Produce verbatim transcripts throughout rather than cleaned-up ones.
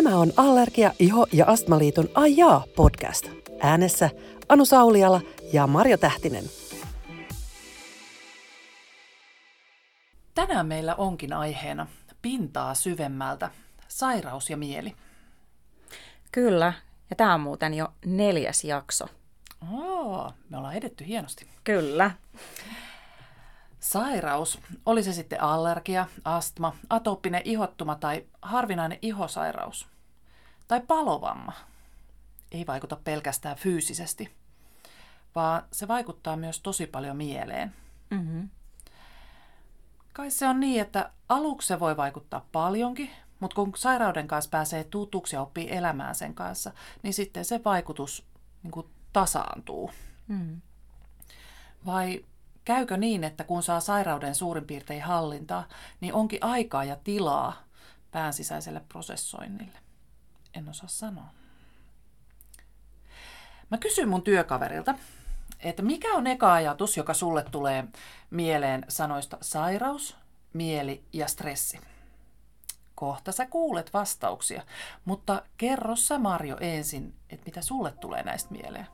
Tämä on Allergia, iho- ja astmaliiton Ai jaa podcast. Äänessä Anu Sauliala ja Marjo Tähtinen. Tänään meillä onkin aiheena pintaa syvemmältä sairaus ja mieli. Kyllä, ja tämä on muuten jo neljäs jakso. Oo, me ollaan edetty hienosti. Kyllä. Sairaus, oli se sitten allergia, astma, atooppinen ihottuma tai harvinainen ihosairaus. Tai palovamma. Ei vaikuta pelkästään fyysisesti, vaan se vaikuttaa myös tosi paljon mieleen. Mm-hmm. Kai se on niin, että aluksi se voi vaikuttaa paljonkin, mutta kun sairauden kanssa pääsee tutuksi ja oppii elämään sen kanssa, niin sitten se vaikutus niin kuin tasaantuu. Mm. Vai käykö niin, että kun saa sairauden suurin piirtein hallintaa, niin onkin aikaa ja tilaa pään sisäiselle prosessoinnille? En osaa sanoa. Mä kysyn mun työkaverilta, että mikä on eka ajatus, joka sulle tulee mieleen sanoista sairaus, mieli ja stressi? Kohta sä kuulet vastauksia, mutta kerro sä Marjo ensin, että mitä sulle tulee näistä mieleen?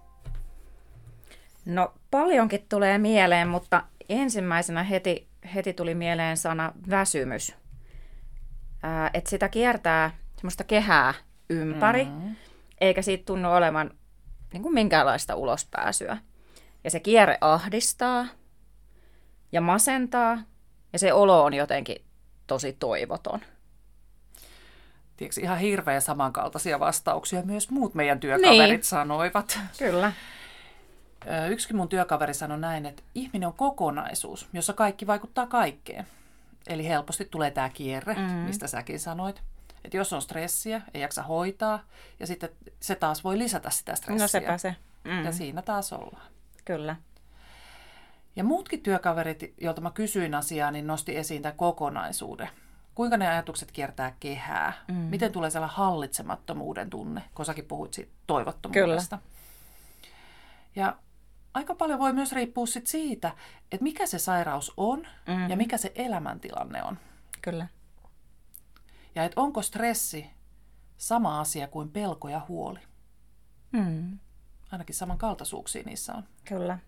No paljonkin tulee mieleen, mutta ensimmäisenä heti, heti tuli mieleen sana väsymys. Ää, että sitä kiertää semmoista kehää ympäri, mm-hmm. eikä siitä tunnu olevan niin kuin minkäänlaista ulospääsyä. Ja se kierre ahdistaa ja masentaa, ja se olo on jotenkin tosi toivoton. Tiedätkö, ihan hirveän samankaltaisia vastauksia myös muut meidän työkaverit niin sanoivat. Kyllä. Yksikin mun työkaveri sanoi näin, että ihminen on kokonaisuus, jossa kaikki vaikuttaa kaikkeen. Eli helposti tulee tämä kierre, mm-hmm. mistä säkin sanoit. Että jos on stressiä, ei jaksa hoitaa, ja sitten se taas voi lisätä sitä stressiä. No sepä se. Mm. Ja siinä taas ollaan. Kyllä. Ja muutkin työkaverit, joilta mä kysyin asiaa, niin nosti esiin tämän kokonaisuuden. Kuinka ne ajatukset kiertää kehää? Mm. Miten tulee sellainen hallitsemattomuuden tunne, kun säkin puhuit siitä toivottomuudesta. Kyllä. Ja aika paljon voi myös riippua sit siitä, että mikä se sairaus on mm. ja mikä se elämäntilanne on. Kyllä. Ja että onko stressi sama asia kuin pelko ja huoli. Mm. Ainakin samankaltaisuuksia niissä on. Kyllä.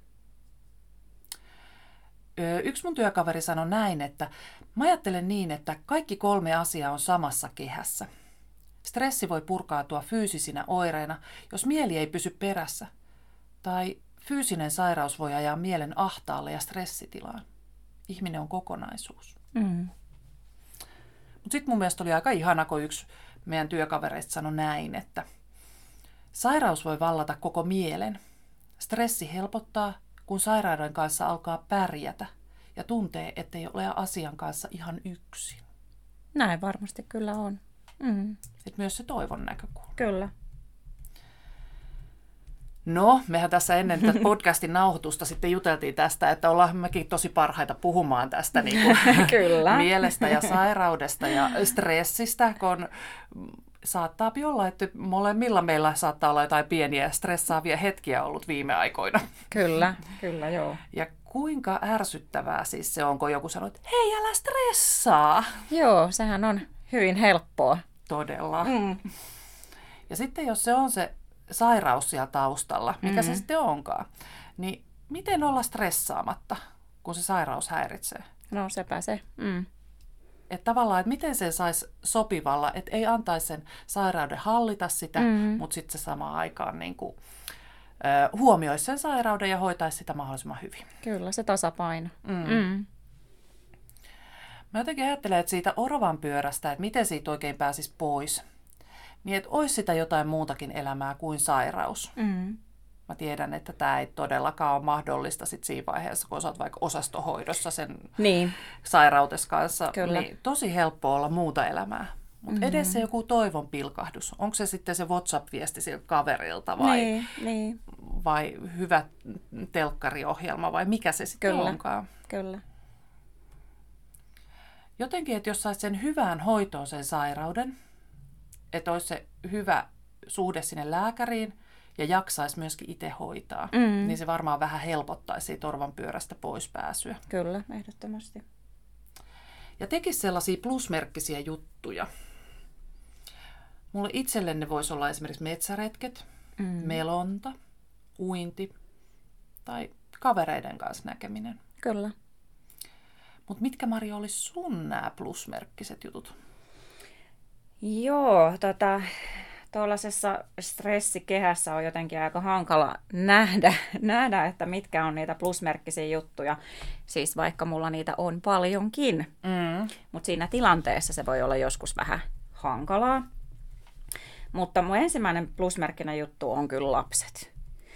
Yksi mun työkaveri sanoi näin, että mä ajattelen niin, että kaikki kolme asiaa on samassa kehässä. Stressi voi purkautua fyysisinä oireina, jos mieli ei pysy perässä. Tai fyysinen sairaus voi ajaa mielen ahtaalle ja stressitilaan. Ihminen on kokonaisuus. Mm. Mutta sitten mun mielestä oli aika ihana, kun yksi meidän työkavereista sanoi näin, että sairaus voi vallata koko mielen. Stressi helpottaa, kun sairauden kanssa alkaa pärjätä ja tuntee, ettei ole asian kanssa ihan yksin. Näin varmasti kyllä on. Mm. Et myös se toivon näkökulma. Kyllä. No, mehän tässä ennen tätä podcastin nauhoitusta sitten juteltiin tästä, että ollaan mekin tosi parhaita puhumaan tästä niin kuin Kyllä. mielestä ja sairaudesta ja stressistä, kun saattaa olla, että molemmilla meillä saattaa olla jotain pieniä stressaavia hetkiä ollut viime aikoina. Kyllä, kyllä joo. Ja kuinka ärsyttävää siis se on, kun joku sanoo, että hei, älä stressaa. Joo, sehän on hyvin helppoa. Todella. Mm. Ja sitten jos se on se sairaus siellä taustalla, mikä mm-hmm. se sitten onkaan, niin miten olla stressaamatta, kun se sairaus häiritsee? No sepä se. Mm. Että tavallaan, että miten se saisi sopivalla, että ei antaisi sen sairauden hallita sitä, mm-hmm. mutta sitten se samaan aikaan niin kuin, ö, huomioisi sen sairauden ja hoitaisi sitä mahdollisimman hyvin. Kyllä, se tasapaino. Mm. Mm. Mä jotenkin ajattelen, että siitä oravan pyörästä, että miten siitä oikein pääsisi pois, niin että olisi sitä jotain muutakin elämää kuin sairaus. Mm. Mä tiedän, että tämä ei todellakaan ole mahdollista sit siinä vaiheessa, kun olet vaikka osastohoidossa sen niin. sairautes kanssa. Kyllä. Niin tosi helppo olla muuta elämää. Mutta mm-hmm. edessä joku toivon pilkahdus. Onko se sitten se WhatsApp-viesti siltä kaverilta vai, niin, niin. vai hyvä telkkariohjelma vai mikä se sitten Kyllä. onkaan? Kyllä. Jotenkin, että jos sait sen hyvään hoitoon sen sairauden, että olisi se hyvä suhde sinne lääkäriin ja jaksaisi myöskin itse hoitaa, mm. niin se varmaan vähän helpottaisi siitä orvanpyörästä pois pääsyä. Kyllä, ehdottomasti. Ja tekisi sellaisia plusmerkkisiä juttuja. Mulle itselle ne voisi olla esimerkiksi metsäretket, mm. melonta, uinti tai kavereiden kanssa näkeminen. Kyllä. Mutta mitkä, Marjo, olisi sun nämä plusmerkkiset jutut? Joo, tota, tuollaisessa stressikehässä on jotenkin aika hankala nähdä, nähdä, että mitkä on niitä plusmerkkisiä juttuja. Siis vaikka mulla niitä on paljonkin, mm. mutta siinä tilanteessa se voi olla joskus vähän hankalaa. Mutta mun ensimmäinen plusmerkkinen juttu on kyllä lapset.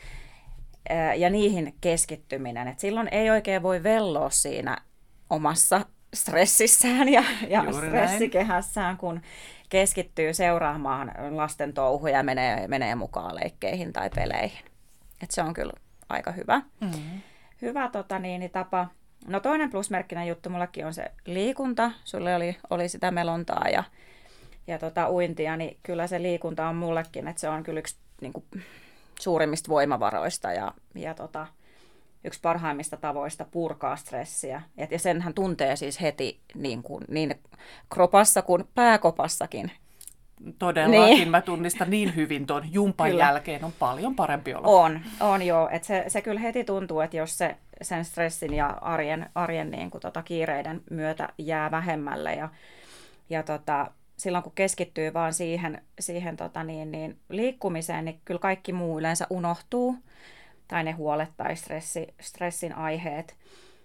Ja niihin keskittyminen. Et silloin ei oikein voi velloa siinä omassa stressissään ja, ja stressikehässään, kun keskittyy seuraamaan lasten touhuja ja menee, menee mukaan leikkeihin tai peleihin. Et se on kyllä aika hyvä, mm-hmm. hyvä tota, niin, tapa. No toinen plusmerkkinen juttu mullakin on se liikunta. Sulle oli, oli sitä melontaa ja, ja tota, uintia, niin kyllä se liikunta on mullekin, että se on kyllä yksi niin kuin, suurimmista voimavaroista ja, ja tota, yksi parhaimmista tavoista purkaa stressiä. Ja, ja senhän tuntee siis heti niin, kuin, niin kropassa kuin pääkopassakin. Todellakin, niin. Mä tunnistan niin hyvin tuon jumpan kyllä. jälkeen on paljon parempi olo. On, on joo. Et se, se kyllä heti tuntuu, että jos se sen stressin ja arjen, arjen niin kuin tota kiireiden myötä jää vähemmälle ja, ja tota, silloin kun keskittyy vaan siihen, siihen tota niin, niin liikkumiseen, niin kyllä kaikki muu yleensä unohtuu. Tai ne huolet tai stressi, stressin aiheet.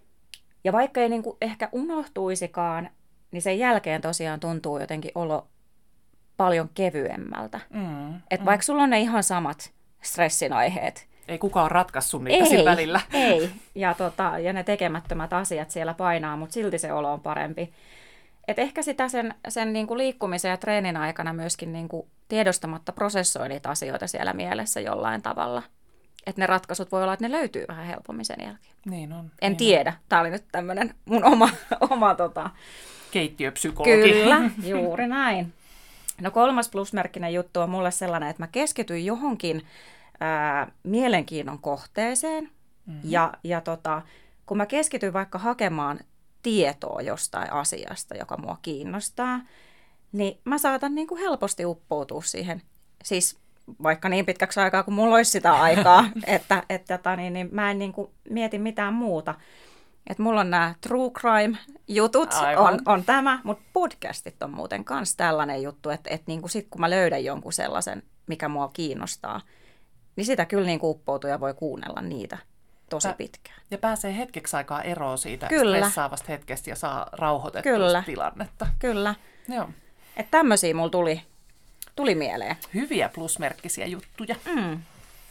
Ja vaikka ei niin kuin ehkä unohtuisikaan, niin sen jälkeen tosiaan tuntuu jotenkin olo paljon kevyemmältä. Mm, että mm. vaikka sulla on ne ihan samat stressin aiheet. Ei kukaan ratkaissut niitä sillä välillä. Ei, ja, tota, ja ne tekemättömät asiat siellä painaa, mutta silti se olo on parempi. Et ehkä sitä sen, sen niin kuin liikkumisen ja treenin aikana myöskin niin kuin tiedostamatta prosessoi niitä asioita siellä mielessä jollain tavalla. Että ne ratkaisut voi olla, että ne löytyy vähän helpommin sen jälkeen. Niin on. En niin tiedä. On. Tämä oli nyt tämmöinen mun oma, oma tota... keittiöpsykologi. Kyllä, juuri näin. No kolmas plusmerkkinen juttu on mulle sellainen, että mä keskityin johonkin ää, mielenkiinnon kohteeseen. Mm-hmm. Ja, ja tota, kun mä keskityin vaikka hakemaan tietoa jostain asiasta, joka mua kiinnostaa, niin mä saatan niin kuin helposti uppoutua siihen. Siis vaikka niin pitkäksi aikaa, kun mulla olisi sitä aikaa, että, että että niin, niin mä en niin kuin mieti mitään muuta. Että mulla on nämä true crime-jutut, on, on tämä, mutta podcastit on muuten myös tällainen juttu, että, että niin kuin sit kun mä löydän jonkun sellaisen, mikä mua kiinnostaa, niin sitä kyllä niin kuin uppoutuu ja voi kuunnella niitä tosi Pä- pitkään. Ja pääsee hetkeksi aikaa eroon siitä kyllä. stressaavasta hetkestä ja saa rauhoitettua kyllä. tilannetta. Kyllä. Joo. Että tämmöisiä mulla tuli, tuli mieleen. Hyviä plusmerkkisiä juttuja. Mm.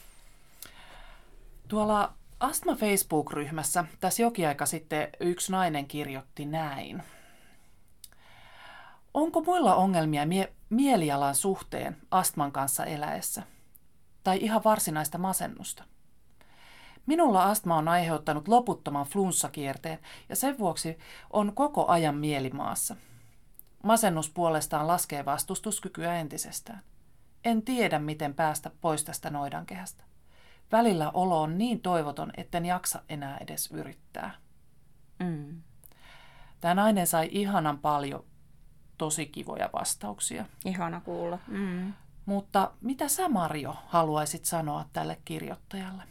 Tuolla Astma Facebook-ryhmässä tässä jokin aika sitten yksi nainen kirjoitti näin. Onko muilla ongelmia mie- mielialan suhteen astman kanssa eläessä? Tai ihan varsinaista masennusta? Minulla astma on aiheuttanut loputtoman flunssakierteen ja sen vuoksi on koko ajan mielimaassa. Masennus puolestaan laskee vastustuskykyä entisestään. En tiedä, miten päästä pois tästä noidankehästä. Välillä olo on niin toivoton, etten jaksa enää edes yrittää. Mm. Tämä nainen sai ihanan paljon tosi kivoja vastauksia. Ihana kuulla. Mm. Mutta mitä sä, Marjo, haluaisit sanoa tälle kirjoittajalle?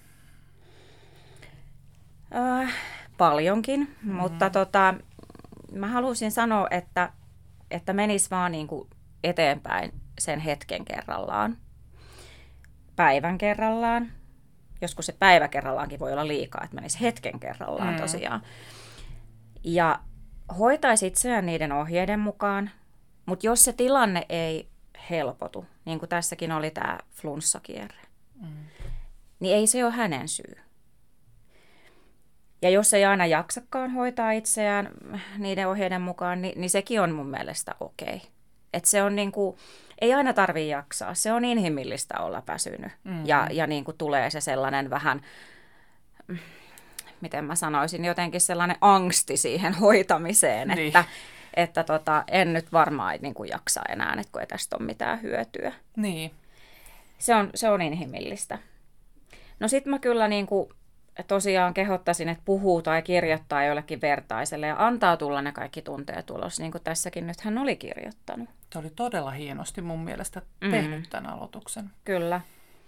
Äh, paljonkin, mm. mutta tota, mä haluaisin sanoa, että, että menisi vaan niin kuin eteenpäin sen hetken kerrallaan, päivän kerrallaan. Joskus se päivä kerrallaankin voi olla liikaa, että menisi hetken kerrallaan mm. tosiaan. Ja hoitaisi itseään niiden ohjeiden mukaan, mutta jos se tilanne ei helpotu, niin kuin tässäkin oli tämä flunssakierre, mm. niin ei se ole hänen syy. Ja jos ei aina jaksakaan hoitaa itseään niiden ohjeiden mukaan, niin, niin sekin on mun mielestä okei. Että se on niin kuin, ei aina tarvitse jaksaa. Se on inhimillistä olla väsynyt. Mm-hmm. Ja, ja niin kuin tulee se sellainen vähän, miten mä sanoisin, jotenkin sellainen angsti siihen hoitamiseen, niin. että, että tota, en nyt varmaan niin kuin jaksa enää, että kun ei tästä ole mitään hyötyä. Niin. Se on, se on inhimillistä. No sit mä kyllä niin kuin tosiaan kehottaisin, että puhuu tai kirjoittaa jollekin vertaiselle ja antaa tulla ne kaikki tunteet ulos, niin kuin tässäkin nyt hän oli kirjoittanut. Se oli todella hienosti mun mielestä tehnyt mm. tämän aloituksen. Kyllä.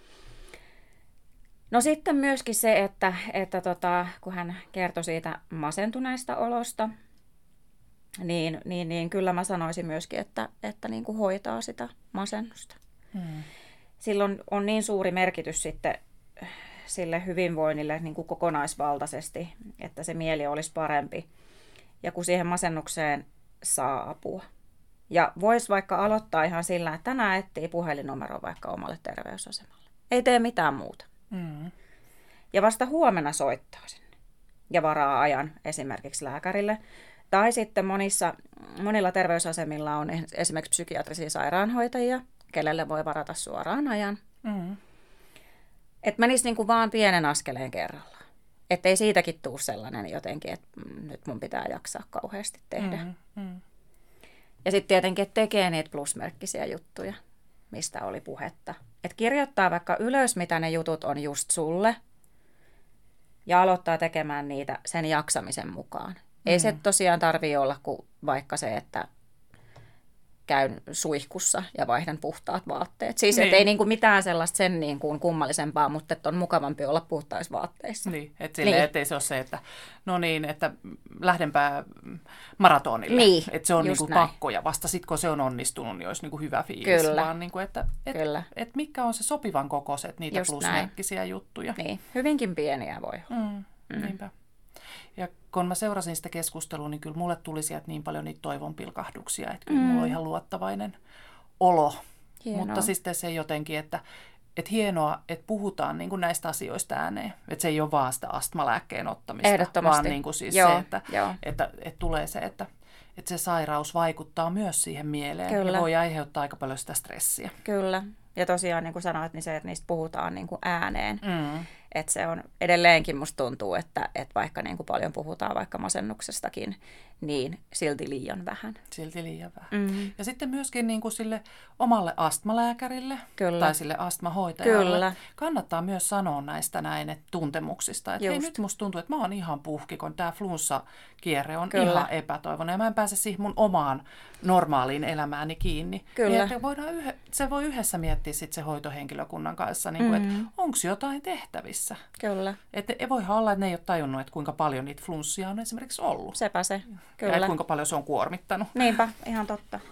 No sitten myöskin se, että, että tota, kun hän kertoi siitä masentuneesta olosta, niin, niin, niin kyllä mä sanoisin myöskin, että, että niin kuin hoitaa sitä masennusta. Mm. Silloin on niin suuri merkitys sitten sille hyvinvoinnille niin kuin kokonaisvaltaisesti, että se mieli olisi parempi. Ja kun siihen masennukseen saa apua. Ja voisi vaikka aloittaa ihan sillä, että tänään etsii puhelinnumero vaikka omalle terveysasemalle. Ei tee mitään muuta. Mm. Ja vasta huomenna soittaa sinne ja varaa ajan esimerkiksi lääkärille. Tai sitten monissa, monilla terveysasemilla on esimerkiksi psykiatrisia sairaanhoitajia, kenelle voi varata suoraan ajan. Mm. Että menisi niin kuin vaan pienen askeleen kerrallaan. Että ei siitäkin tule sellainen jotenkin, että nyt mun pitää jaksaa kauheasti tehdä. Mm, mm. Ja sitten tietenkin, että tekee niitä plusmerkkisiä juttuja, mistä oli puhetta. Että kirjoittaa vaikka ylös, mitä ne jutut on just sulle, ja aloittaa tekemään niitä sen jaksamisen mukaan. Mm. Ei se tosiaan tarvitse olla kuin vaikka se, että käyn suihkussa ja vaihdan puhtaat vaatteet. Siis niin. Ei niinku mitään sellaista sen niin kuin kummallisempaa, mutta että on mukavampi olla puhtaissa vaatteissa. Niin, että silleen, niin. Ettei se ole se, että no niin, että lähdenpä maratonille. Niin, että se on niinku näin. pakko ja vasta sitten kun se on onnistunut, niin olisi niinku hyvä fiilis. Kyllä. Vaan niinku, että et, Kyllä. Et mitkä on se sopivan kokoiset, niitä just plusmerkkisiä näin. juttuja. Niin, hyvinkin pieniä voi olla. Mm, mm. Niinpä. Ja kun mä seurasin sitä keskustelua, niin kyllä mulle tuli sieltä niin paljon niitä toivon pilkahduksia, että kyllä mm. mulla on ihan luottavainen olo. Hienoa. Mutta sitten se jotenkin, että, että hienoa, että puhutaan niin kuin näistä asioista ääneen. Että se ei ole vaan sitä astmalääkkeen ottamista, vaan niin kuin siis Joo, se, että, että, että, että tulee se, että, että se sairaus vaikuttaa myös siihen mieleen kyllä. Ja voi aiheuttaa aika paljon sitä stressiä. Kyllä. Ja tosiaan niin kuin sanoit, niin se, että niistä puhutaan niin kuin ääneen. Mm. Että se on edelleenkin musta tuntuu, että, että vaikka niin kuin paljon puhutaan vaikka masennuksestakin, niin silti liian vähän. Silti liian vähän. Mm. Ja sitten myöskin niin kuin sille omalle astmalääkärille Kyllä. tai sille astmahoitajalle Kyllä. kannattaa myös sanoa näistä näin että tuntemuksista. Että hei, nyt musta tuntuu, että mä oon ihan puhkikon. Tämä flunssakierre on Kyllä. ihan epätoivoinen ja mä en pääse siihen mun omaan normaaliin elämääni kiinni. Kyllä. Niin, että voidaan yhe, se voi yhdessä miettiä sit se hoitohenkilökunnan kanssa, niin kuin, mm. että onko jotain tehtävissä. Kyllä. Että voihan olla, että ne ei ole tajunnut, että kuinka paljon niitä flunssia on esimerkiksi ollut. Sepä se, kyllä. Ja kuinka paljon se on kuormittanut. Niinpä, ihan totta.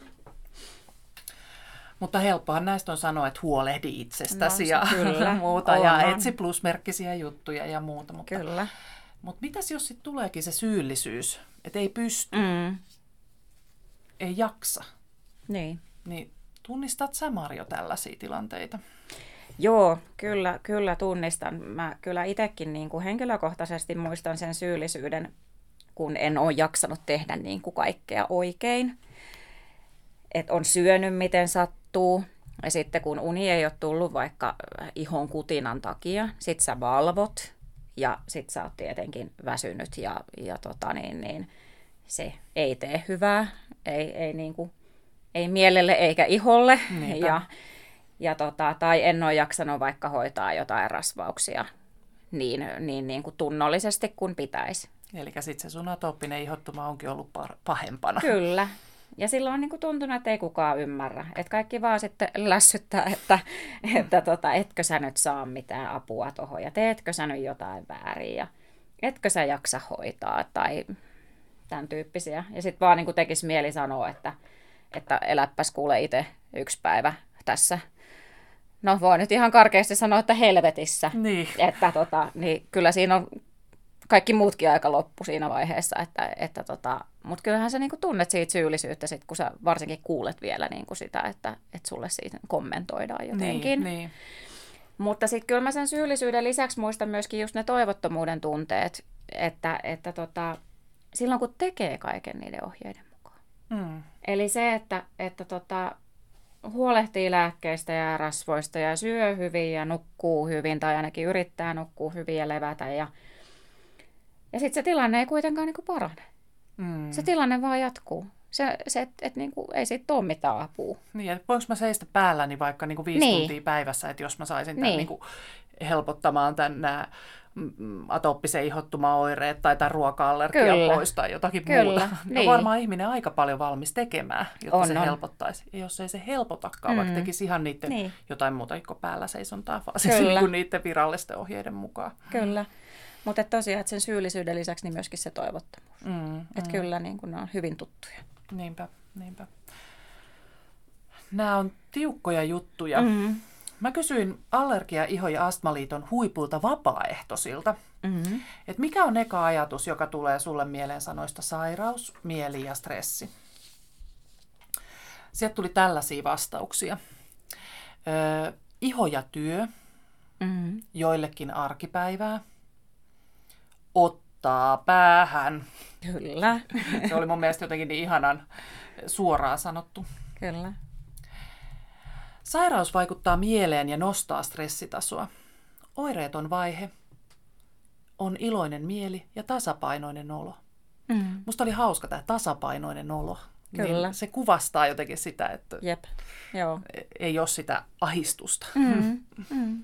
Mutta helppohan näistä on sanoa, että huolehdi itsestäsi no, ja kyllä. muuta. On, ja on. etsi plusmerkkisiä juttuja ja muuta. Mutta, kyllä. Mutta mitäs jos sitten tuleekin se syyllisyys, että ei pysty, mm. ei jaksa. Niin. Niin tunnistat sä, Marjo, tällaisia tilanteita? Joo, kyllä, kyllä tunnistan. Mä kyllä itsekin niin kuin henkilökohtaisesti muistan sen syyllisyyden, kun en ole jaksanut tehdä niin kuin kaikkea oikein. Et on syönyt miten sattuu. Ja sitten kun uni ei ole tullut vaikka ihon kutinan takia, sit sä valvot ja sit sä oot tietenkin väsynyt ja, ja tota niin, niin se ei tee hyvää. Ei, ei, niin kuin, ei mielelle eikä iholle. Ja, Ja tota, tai en ole jaksanut vaikka hoitaa jotain rasvauksia niin, niin, niin kuin tunnollisesti kuin pitäisi. Eli sitten se sun atooppinen ihottuma onkin ollut pahempana. Kyllä. Ja silloin on niin kuin tuntunut, että ei kukaan ymmärrä. Että kaikki vaan sitten lässyttää, että, että tota, etkö sä nyt saa mitään apua tuohon ja teetkö sä nyt jotain väärin ja etkö sä jaksa hoitaa tai tämän tyyppisiä. Ja sitten vaan niin kuin tekisi mieli sanoa, että, että eläpäs kuule itse yksi päivä tässä. No voi nyt ihan karkeasti sanoa, että helvetissä. Niin. Että tota, niin kyllä siinä on kaikki muutkin aika loppu siinä vaiheessa. Että, että tota, mutta kyllähän sä niinku tunnet siitä syyllisyyttä, sit, kun sä varsinkin kuulet vielä niinku sitä, että, että sulle siitä kommentoidaan jotenkin. Niin, niin. Mutta sitten kyllä mä sen syyllisyyden lisäksi muistan myöskin just ne toivottomuuden tunteet, että, että tota, silloin kun tekee kaiken niiden ohjeiden mukaan. Mm. Eli se, että, että tota, huolehtii lääkkeistä ja rasvoista ja syö hyvin ja nukkuu hyvin tai ainakin yrittää nukkua hyvin ja levätä. Ja, ja sitten se tilanne ei kuitenkaan niinku parane. Mm. Se tilanne vaan jatkuu. Se, se että et niinku, ei siitä ole mitään apua. Niin, että voinko mä seistä päälläni vaikka niinku viisi niin. tuntia päivässä, että jos mä saisin tämän niin. niinku helpottamaan tämän, nää atooppisen ihottumaoireet tai tämän ruoka-allergian Kyllä. pois tai jotakin Kyllä, muuta. niin. On varmaan ihminen aika paljon valmis tekemään, jotta on, se on. helpottaisi. Ja jos ei se helpotakaan, mm. vaikka tekisi ihan niiden niin. jotain muuta kuin päällä seisontaa, vaan siis niin kuin niiden virallisten ohjeiden mukaan. Kyllä. Mutta tosiaan, että sen syyllisyyden lisäksi niin myöskin se toivottomuus. Mm, että mm. kyllä niin kun ne on hyvin tuttuja. Niinpä, niinpä. Nämä on tiukkoja juttuja. Mm-hmm. Mä kysyin Allergia-, Iho- ja Astmaliiton huipuilta vapaaehtoisilta, mm-hmm. että mikä on eka ajatus, joka tulee sulle mieleen sanoista sairaus, mieli ja stressi? Sieltä tuli tällaisia vastauksia. Ö, iho ja työ, mm-hmm. joillekin arkipäivää, ottaa päähän. Kyllä. Se oli mun mielestä jotenkin niin ihanan suoraan sanottu. Kyllä. Sairaus vaikuttaa mieleen ja nostaa stressitasoa. Oireeton vaihe on iloinen mieli ja tasapainoinen olo. Mm. Musta oli hauska tämä tasapainoinen olo. Kyllä. Niin se kuvastaa jotenkin sitä, että Jep. Joo. ei ole sitä ahistusta. Mm. Mm.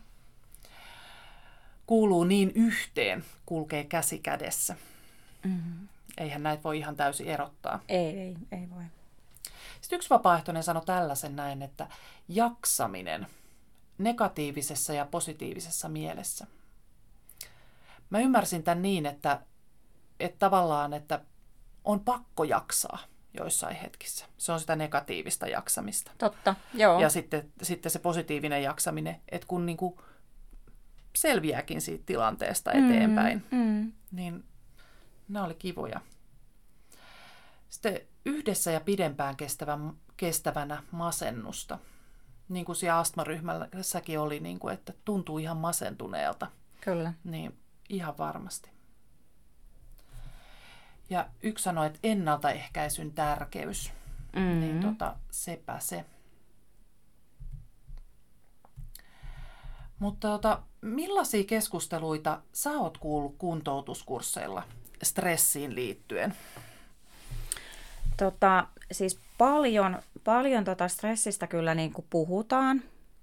Kuuluu niin yhteen, kulkee käsi kädessä. Mm. Eihän näitä voi ihan täysin erottaa. Ei, ei, ei voi. Sitten yksi vapaaehtoinen sanoi tällaisen näin, että jaksaminen negatiivisessa ja positiivisessa mielessä. Mä ymmärsin tämän niin, että, että tavallaan, että on pakko jaksaa joissain hetkissä. Se on sitä negatiivista jaksamista. Totta, joo. Ja sitten, sitten se positiivinen jaksaminen, että kun niin kuin selviääkin siitä tilanteesta eteenpäin, mm, mm. niin nämä oli kivoja. Sitten yhdessä ja pidempään kestävän, kestävänä masennusta. Niin kuin siellä astmaryhmällässäkin oli, niin kuin, että tuntuu ihan masentuneelta. Kyllä. Niin ihan varmasti. Ja yksi sanoi, että ennaltaehkäisyn tärkeys. Mm-hmm. Niin tota, sepä se. Mutta tota, millaisia keskusteluita sä oot kuullut kuntoutuskursseilla stressiin liittyen? Tota, siis paljon, paljon tota stressistä kyllä niin kuin puhutaan.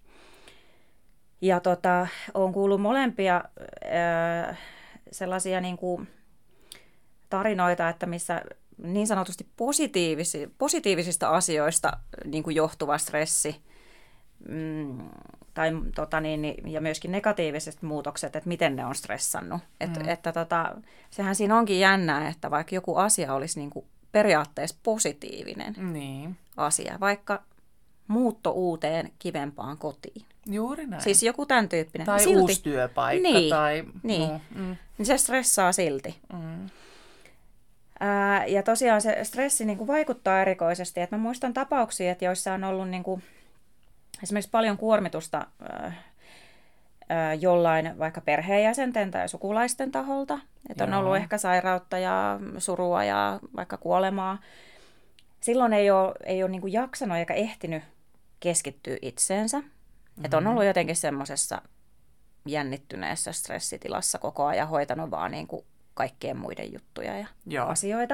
Ja tota, olen kuullut molempia ää, sellaisia niin kuin tarinoita, että missä niin sanotusti positiivisi, positiivisista asioista niin kuin johtuva stressi mm, tai, tota niin, ja myöskin negatiiviset muutokset, että miten ne on stressannut. Et, mm. että, tota, sehän siinä onkin jännää, että vaikka joku asia olisi niin kuin periaatteessa positiivinen niin. asia, vaikka muutto uuteen kivempaan kotiin. Juuri näin. Siis joku tämän tyyppinen. Tai silti, uusi työpaikka. Niin, tai, niin. No, mm. niin se stressaa silti. Mm. Ää, ja tosiaan se stressi niin kuin vaikuttaa erikoisesti. Et mä muistan tapauksia, että joissa on ollut niin kuin, esimerkiksi paljon kuormitusta ää, ää, jollain vaikka perheenjäsenten tai sukulaisten taholta. Että on ollut ehkä sairautta ja surua ja vaikka kuolemaa. Silloin ei ole, ei ole niin kuin jaksanut eikä ehtinyt keskittyä itseensä. Mm-hmm. Että on ollut jotenkin semmoisessa jännittyneessä stressitilassa koko ajan, hoitanut vaan niin kuin kaikkien muiden juttuja ja Joo. asioita.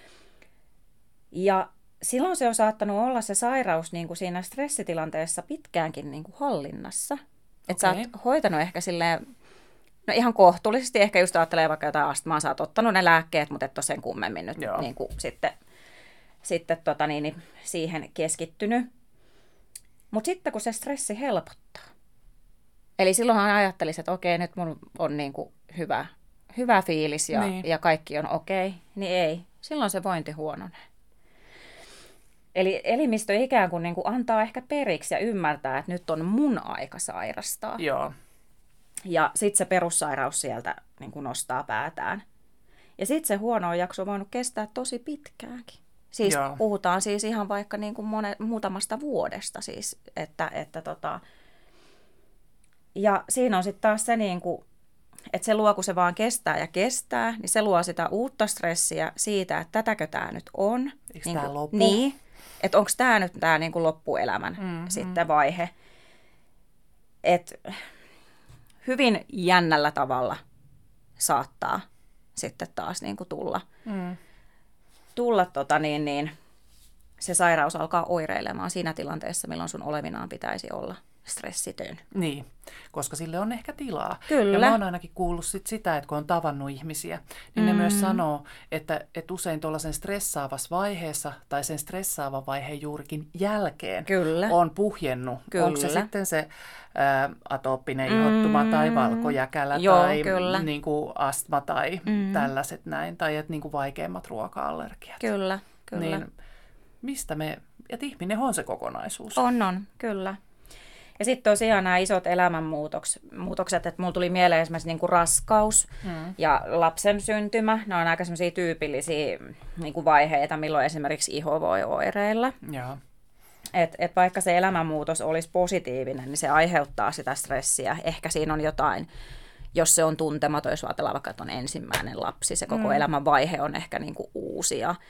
Ja silloin se on saattanut olla se sairaus niin kuin siinä stressitilanteessa pitkäänkin niin kuin hallinnassa. Että okay. sä oot hoitanut ehkä silleen, no ihan kohtuullisesti, ehkä just ajattelee vaikka jotain astmaa, sä oot ottanut ne lääkkeet, mutta et ole sen kummemmin nyt niin kuin sitten, sitten tota niin, siihen keskittynyt. Mutta sitten kun se stressi helpottaa, eli silloinhan ajattelisin, että okei, nyt mun on niin kuin hyvä, hyvä fiilis ja, niin. ja kaikki on okei, niin ei. Silloin se vointi huononee. Eli elimistö ikään kuin, niin kuin antaa ehkä periksi ja ymmärtää, että nyt on mun aika sairastaa. Joo. Ja sitten se perussairaus sieltä niin kuin nostaa päätään. Ja sitten se huono jakso on voinut kestää tosi pitkäänkin. Siis Joo. puhutaan siis ihan vaikka niin kuin monet, muutamasta vuodesta siis, että, että tota, ja siinä on sitten taas se niin kuin, että se luo, kun se vaan kestää ja kestää, niin se luo sitä uutta stressiä siitä, että tätäkö tämä nyt on. Eikö niin tämä loppu? Niin, että onko tämä nyt tämä niin kuin loppuelämän mm-hmm. sitten vaihe. Että hyvin jännällä tavalla saattaa sitten taas niin kuin tulla. Mm. tulla tota, niin, niin, se sairaus alkaa oireilemaan siinä tilanteessa, milloin sun olevinaan pitäisi olla stressitön. Niin, koska sille on ehkä tilaa. Kyllä. Ja mä oon ainakin kuullut sit sitä, että kun on tavannut ihmisiä, niin ne mm. myös sanoo, että, että usein tuollaisen stressaavassa vaiheessa tai sen stressaavan vaiheen juurikin jälkeen Kyllä. on puhjennut. Kyllä. Onko se sitten se ä, atooppinen ihottuma mm. tai valkojäkälä Joo, tai niin kuin astma tai mm. tällaiset näin, tai että niin kuin vaikeimmat ruoka-allergiat. Kyllä, kyllä. Niin mistä me, että ihminen on se kokonaisuus. On, on, kyllä. Ja sitten tosiaan nämä isot elämänmuutokset, että mulla tuli mieleen esimerkiksi niin kuin raskaus hmm. ja lapsen syntymä. Ne on aika semmoisia tyypillisiä niin kuin vaiheita, milloin esimerkiksi iho voi oireilla. Että et vaikka se elämänmuutos olisi positiivinen, niin se aiheuttaa sitä stressiä. Ehkä siinä on jotain, jos se on tuntematon, jos ajatellaan vaikka, että on ensimmäinen lapsi, se koko hmm. elämän vaihe on ehkä niin kuin uusi. Ja,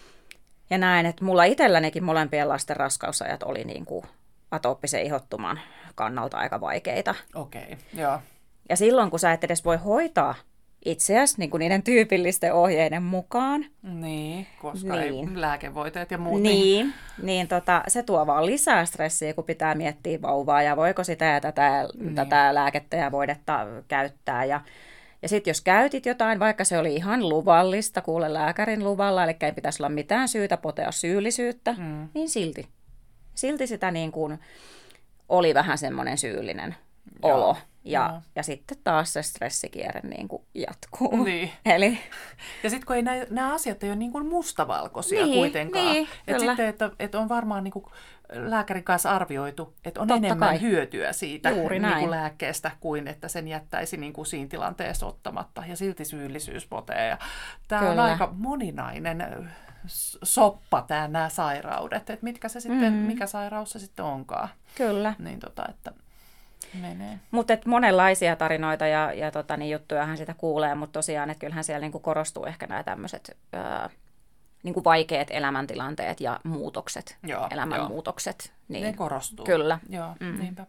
ja näin, että mulla itsellänikin molempien lasten raskausajat oli niin kuin atooppisen ihottuman kannalta aika vaikeita. Okei, okay, joo. Ja silloin, kun sä et edes voi hoitaa itseäsi niin kuin niiden tyypillisten ohjeiden mukaan. Niin, koska niin. ei lääkevoiteet ja muut. Niin, niin, niin tota, se tuo vaan lisää stressiä, kun pitää miettiä vauvaa ja voiko sitä ja tätä, niin. tätä lääkettä ja voidetta käyttää. Ja, ja sitten jos käytit jotain, vaikka se oli ihan luvallista, kuule lääkärin luvalla, eli ei pitäisi olla mitään syytä potea syyllisyyttä, mm. niin silti. Silti sitä niin kuin oli vähän semmoinen syyllinen Joo, olo. Ja, ja. ja sitten taas se stressikierre niin kuin jatkuu. Niin. Eli... Ja sitten kun ei nää, nämä asiat ei ole niin kuin mustavalkoisia niin, kuitenkaan. Niin, et sitten, että, että on varmaan niin kuin lääkärin kanssa arvioitu, että on Totta enemmän kai. hyötyä siitä Juuri niin näin. kuin lääkkeestä kuin että sen jättäisi niin kuin siinä tilanteessa ottamatta. Ja silti syyllisyys potee. Ja tämä on aika moninainen soppa tämä, nämä sairaudet, että mitkä se sitten, mm. mikä sairaus se sitten onkaan. Kyllä. Niin tota, että menee. Mutta monenlaisia tarinoita ja, ja tota, niin juttujahan sitä kuulee, mutta tosiaan, että kyllähän siellä niinku korostuu ehkä nämä tämmöiset niinku vaikeat elämäntilanteet ja muutokset, Joo, elämänmuutokset. Niin, ne korostuu. Kyllä. Joo, mm. niinpä.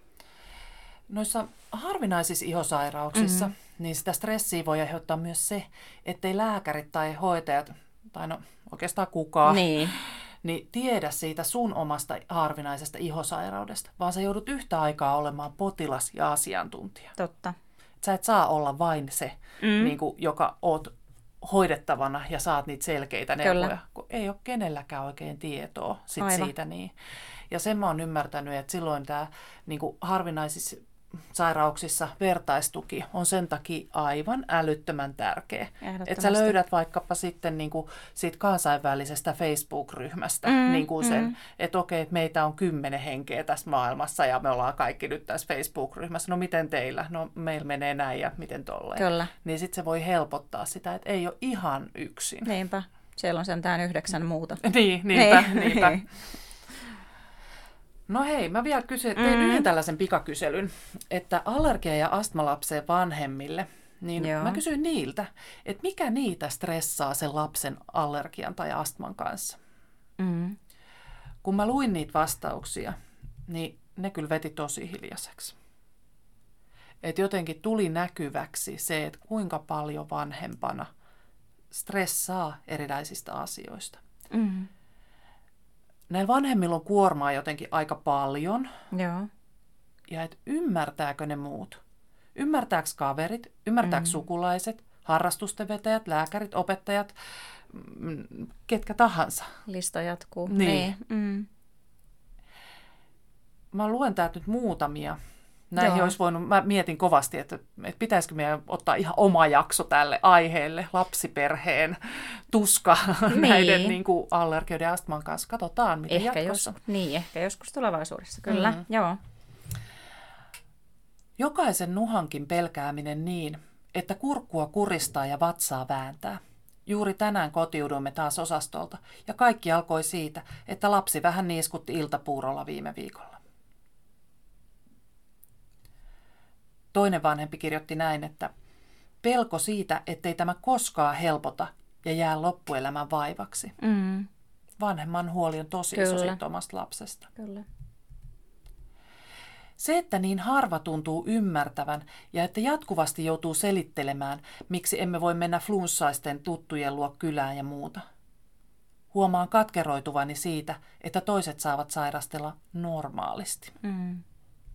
Noissa harvinaisissa ihosairauksissa, mm-hmm. niin sitä stressiä voi aiheuttaa myös se, ettei lääkärit tai hoitajat, tai no oikeastaan kukaan, niin. niin tiedä siitä sun omasta harvinaisesta ihosairaudesta, vaan sä joudut yhtä aikaa olemaan potilas ja asiantuntija. Totta. Sä et saa olla vain se, mm. niin kuin, joka oot hoidettavana ja saat niitä selkeitä neuvoja, Kyllä. kun ei ole kenelläkään oikein tietoa sit siitä. Niin. Ja sen mä oon ymmärtänyt, että silloin tämä niin kuin harvinaisissa sairauksissa vertaistuki on sen takia aivan älyttömän tärkeä. Että sä löydät vaikkapa sitten niin kuin siitä kansainvälisestä Facebook-ryhmästä mm, niin kuin sen, mm. että okei, että meitä on kymmenen henkeä tässä maailmassa ja me ollaan kaikki nyt tässä Facebook-ryhmässä. No miten teillä? No meillä menee näin ja miten tolleen. Kyllä. Niin sitten se voi helpottaa sitä, että ei ole ihan yksin. Niinpä. Siellä on sentään yhdeksän muuta. niin, niinpä, niinpä. No hei, mä vielä kysyn, tein mm. yhden tällaisen pikakyselyn, että allergia- ja astmalapseen vanhemmille, niin Joo. mä kysyin niiltä, että mikä niitä stressaa sen lapsen allergian tai astman kanssa. Mm. Kun mä luin niitä vastauksia, niin ne kyllä veti tosi hiljaiseksi. Että jotenkin tuli näkyväksi se, että kuinka paljon vanhempana stressaa erilaisista asioista. Mm. Näillä vanhemmilla on kuormaa jotenkin aika paljon. Joo. Ja et ymmärtääkö ne muut? Ymmärtääkö kaverit? Ymmärtääkö mm. sukulaiset? Harrastusten vetäjät, lääkärit, opettajat, ketkä tahansa? Lista jatkuu. Niin. niin. Mm. Mä luen täältä nyt muutamia. Näihin Joo. olisi voinut, mä mietin kovasti, että, että pitäisikö meidän ottaa ihan oma jakso tälle aiheelle, lapsiperheen tuska niin. näiden niin kuin allergioiden ja astman kanssa. Katsotaan, miten ehkä jatkossa. Jos, niin, ehkä joskus tulevaisuudessa, kyllä. Mm. Joo. Jokaisen nuhankin pelkääminen niin, että kurkkua kuristaa ja vatsaa vääntää. Juuri tänään kotiuduimme taas osastolta ja kaikki alkoi siitä, että lapsi vähän niiskutti iltapuurolla viime viikolla. Toinen vanhempi kirjoitti näin, että pelko siitä, ettei tämä koskaan helpota ja jää loppuelämän vaivaksi. Mm. Vanhemman huoli on tosi Kyllä. iso siitä omasta lapsesta. Kyllä. Se, että niin harva tuntuu ymmärtävän ja että jatkuvasti joutuu selittelemään, miksi emme voi mennä flunssaisten tuttujen luo kylään ja muuta. Huomaan katkeroituvani siitä, että toiset saavat sairastella normaalisti. Mm.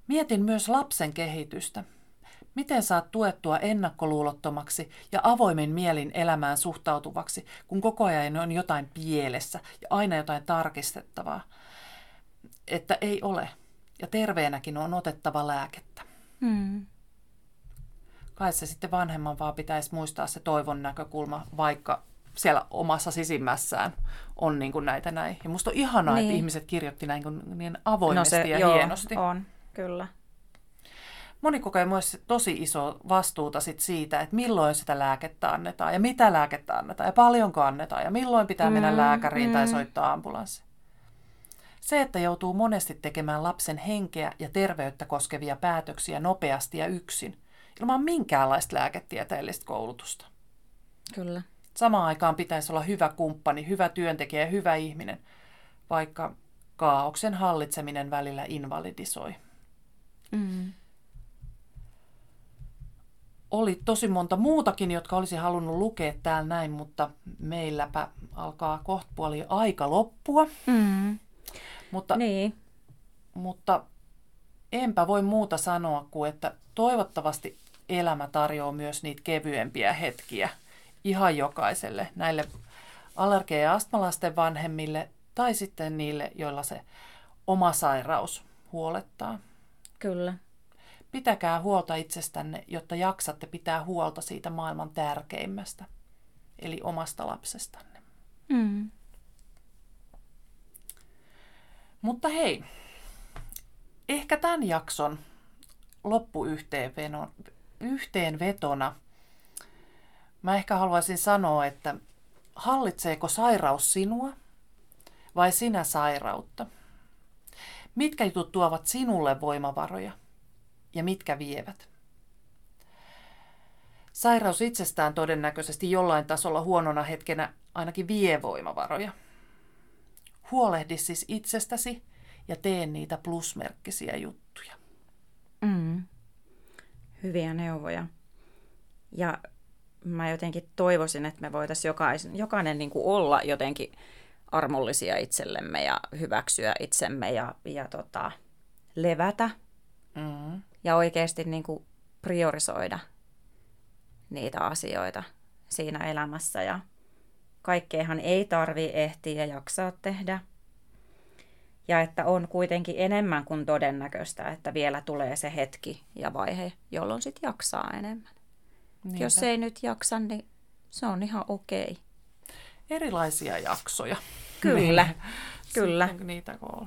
Mietin myös lapsen kehitystä. Miten saat tuettua ennakkoluulottomaksi ja avoimen mielin elämään suhtautuvaksi, kun koko ajan on jotain pielessä ja aina jotain tarkistettavaa, että ei ole. Ja terveenäkin on otettava lääkettä. Mm. Kai se sitten vanhemman vaan pitäisi muistaa se toivon näkökulma, vaikka siellä omassa sisimmässään on niin kuin näitä näin. Ja musta on ihanaa, niin. että ihmiset kirjoitti näin kuin niin avoimesti no se, ja joo, hienosti. On, kyllä. Moni kokee myös tosi iso vastuuta sit siitä, että milloin sitä lääkettä annetaan ja mitä lääkettä annetaan ja paljonko annetaan ja milloin pitää mm, mennä lääkäriin mm. tai soittaa ambulanssi. Se, että joutuu monesti tekemään lapsen henkeä ja terveyttä koskevia päätöksiä nopeasti ja yksin, ilman minkäänlaista lääketieteellistä koulutusta. Kyllä. Samaan aikaan pitäisi olla hyvä kumppani, hyvä työntekijä ja hyvä ihminen, vaikka kaaoksen hallitseminen välillä invalidisoi. Mm. Oli tosi monta muutakin, jotka olisi halunnut lukea täällä näin, mutta meilläpä alkaa kohtapuoliin aika loppua. Mm. Mutta, niin. mutta enpä voi muuta sanoa kuin, että toivottavasti elämä tarjoaa myös niitä kevyempiä hetkiä ihan jokaiselle, näille allergia- ja astmalasten vanhemmille tai sitten niille, joilla se oma sairaus huolettaa. Kyllä. Pitäkää huolta itsestänne, jotta jaksatte pitää huolta siitä maailman tärkeimmästä, eli omasta lapsestanne. Mm. Mutta hei, ehkä tämän jakson loppuyhteenvetona mä ehkä haluaisin sanoa, että hallitseeko sairaus sinua vai sinä sairautta? Mitkä jutut tuovat sinulle voimavaroja ja mitkä vievät? Sairaus itsestään todennäköisesti jollain tasolla huonona hetkenä ainakin vie voimavaroja. Huolehdi siis itsestäsi ja tee niitä plusmerkkisiä juttuja. Mm. Hyviä neuvoja. Ja mä jotenkin toivoisin, että me voitaisiin jokainen, jokainen niin kuin olla jotenkin armollisia itsellemme ja hyväksyä itsemme ja, ja tota, levätä Mm. ja oikeasti niin kuin priorisoida niitä asioita siinä elämässä. Ja kaikkeahan ei tarvitse ehtiä ja jaksaa tehdä. Ja että on kuitenkin enemmän kuin todennäköistä, että vielä tulee se hetki ja vaihe, jolloin sitten jaksaa enemmän. Niinpä. Jos ei nyt jaksa, niin se on ihan okei. Erilaisia jaksoja. Kyllä, kyllä. Niitä on.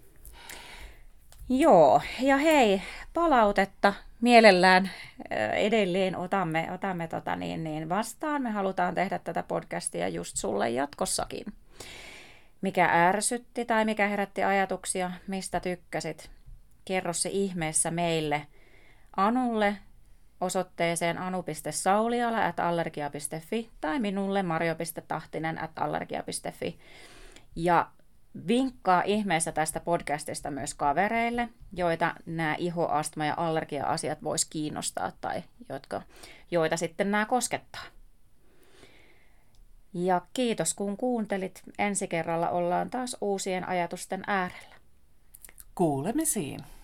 Joo, ja hei, palautetta mielellään edelleen otamme, otamme tota niin, niin vastaan. Me halutaan tehdä tätä podcastia just sulle jatkossakin. Mikä ärsytti tai mikä herätti ajatuksia, mistä tykkäsit? Kerro se ihmeessä meille Anulle osoitteeseen anu piste sauliala ät allergia piste fi tai minulle marjo piste tahtinen ät allergia piste fi. Ja vinkkaa ihmeessä tästä podcastista myös kavereille, joita nämä iho, astma ja allergia-asiat vois kiinnostaa tai jotka, joita sitten nämä koskettaa. Ja kiitos kun kuuntelit. Ensi kerralla ollaan taas uusien ajatusten äärellä. Kuulemisiin.